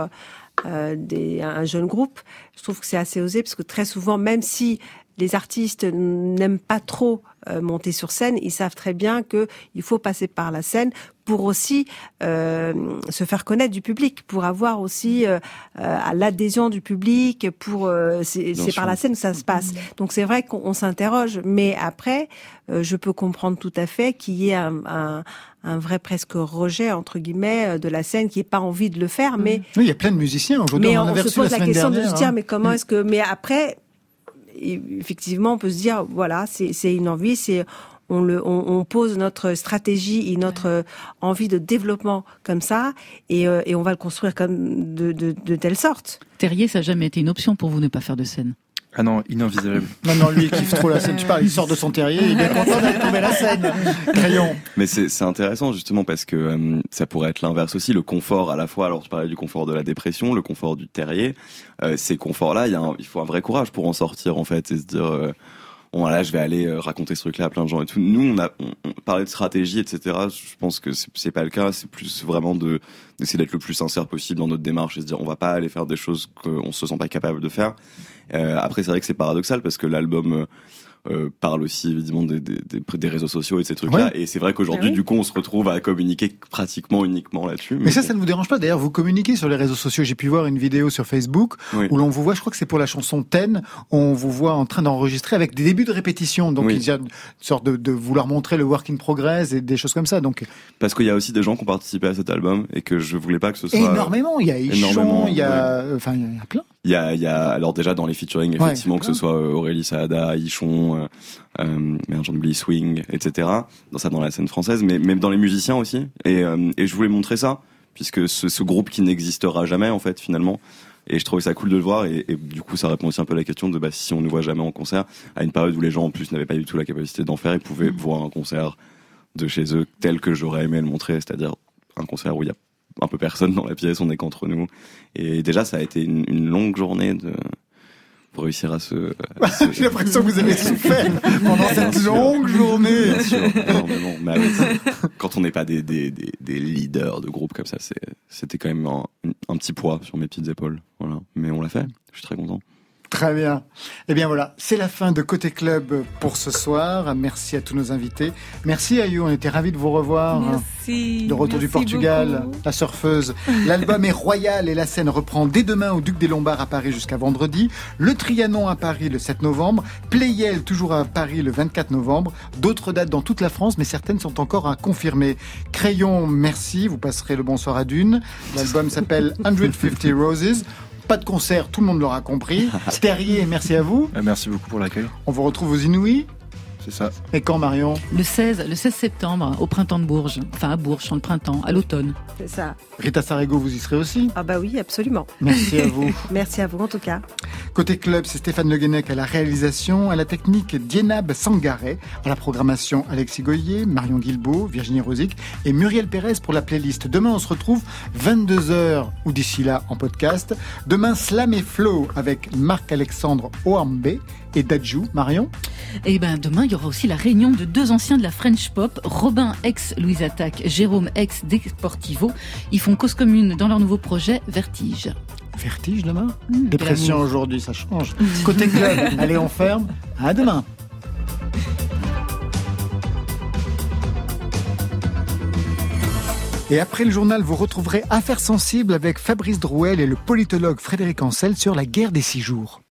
un jeune groupe. Je trouve que c'est assez osé parce que très souvent, même si les artistes n'aiment pas trop monter sur scène, ils savent très bien que il faut passer par la scène pour aussi se faire connaître du public, pour avoir aussi à l'adhésion du public, c'est par la scène que ça se passe. Donc c'est vrai qu'on s'interroge, mais après je peux comprendre tout à fait qu'il y ait un vrai presque rejet entre guillemets de la scène, qui n'ait pas envie de le faire, mais oui, il y a plein de musiciens aujourd'hui. Mais on se pose la question de se dire mais comment est-ce que, mais après effectivement, on peut se dire, voilà, c'est une envie, on pose notre stratégie et notre envie de développement comme ça, et on va le construire comme de telle sorte. Terrier, ça n'a jamais été une option pour vous ne pas faire de scène? Ah non, inenvisageable. Non, lui, il kiffe trop la scène. Tu parles, il sort de son terrier, il est bien content d'aller tomber la scène. Crayon. Mais c'est intéressant, justement, parce que ça pourrait être l'inverse aussi. Le confort, à la fois, alors tu parlais du confort de la dépression, le confort du terrier. Ces conforts-là, il faut un vrai courage pour en sortir, en fait, et se dire, bon, là, je vais aller raconter ce truc-là à plein de gens et tout. Nous, on parlait de stratégie, etc. Je pense que c'est pas le cas. C'est plus vraiment d'essayer d'être le plus sincère possible dans notre démarche et se dire, on va pas aller faire des choses qu'on se sent pas capable de faire. Après, c'est vrai que c'est paradoxal parce que l'album parle aussi évidemment des réseaux sociaux et de ces trucs-là. Ouais. Et c'est vrai qu'aujourd'hui, du coup, on se retrouve à communiquer pratiquement uniquement là-dessus. Mais ça ne vous dérange pas? D'ailleurs, vous communiquez sur les réseaux sociaux. J'ai pu voir une vidéo sur Facebook où l'on vous voit, je crois que c'est pour la chanson Ten, on vous voit en train d'enregistrer avec des débuts de répétition. Donc, il y a une sorte de vouloir montrer le work in progress et des choses comme ça. Donc, parce qu'il y a aussi des gens qui ont participé à cet album et que je voulais pas que ce soit... Énormément. Il y a Ichon, il y a plein. Il y a, alors déjà dans les featuring, effectivement, que ce soit Aurélie Saada, Ichon, j'en oublie, Swing, etc. Dans la scène française, mais même dans les musiciens aussi. Et je voulais montrer ça, puisque ce groupe qui n'existera jamais, en fait, finalement. Et je trouvais ça cool de le voir, et du coup, ça répond aussi un peu à la question de, si on ne voit jamais en concert, à une période où les gens, en plus, n'avaient pas du tout la capacité d'en faire, ils pouvaient voir un concert de chez eux tel que j'aurais aimé le montrer, c'est-à-dire un concert où il y a un peu personne dans la pièce, on est qu'entre nous. Et déjà, ça a été une longue journée pour réussir à se... J'ai l'impression que vous avez souffert pendant cette longue journée. Bien sûr, énormément. Mais quand on n'est pas des leaders de groupe comme ça, c'était quand même un petit poids sur mes petites épaules. Voilà. Mais on l'a fait, je suis très content. Très bien. Eh bien voilà, c'est la fin de Côté Club pour ce soir. Merci à tous nos invités. Merci Ayo, on était ravis de vous revoir. Merci. De retour du Portugal, beaucoup. La surfeuse. L'album est royal et la scène reprend dès demain au Duc des Lombards à Paris jusqu'à vendredi. Le Trianon à Paris le 7 novembre. Playel toujours à Paris le 24 novembre. D'autres dates dans toute la France, mais certaines sont encore à confirmer. Crayon, merci. Vous passerez le bonsoir à Dune. L'album s'appelle 150 Roses. Pas de concert, tout le monde l'aura compris. Terrier, merci à vous. Merci beaucoup pour l'accueil. On vous retrouve aux Inouïs. C'est ça. Et quand, Marion? Le 16 septembre, au printemps de Bourges. Enfin, à Bourges, dans le printemps, à l'automne. C'est ça. Rita Sarego, vous y serez aussi? Ah bah oui, absolument. Merci à vous. Merci à vous, en tout cas. Côté club, c'est Stéphane Le Guenec à la réalisation, à la technique Dienab Sangaré, à la programmation Alexis Goyer, Marion Guilbault, Virginie Rosic et Muriel Pérez pour la playlist. Demain, on se retrouve 22h ou d'ici là en podcast. Demain, Slam et Flow avec Marc-Alexandre Oambe et Dadju. Marion? Et demain, il y aura aussi la réunion de deux anciens de la French Pop, Robin ex Louise Attaque, Jérôme ex Desportivo. Ils font cause commune dans leur nouveau projet Vertige. Vertige demain. Dépression aujourd'hui, ça change. Côté club, allez, on ferme. À demain. Et après le journal, vous retrouverez Affaires sensibles avec Fabrice Drouel et le politologue Frédéric Ancel sur la guerre des 6 jours.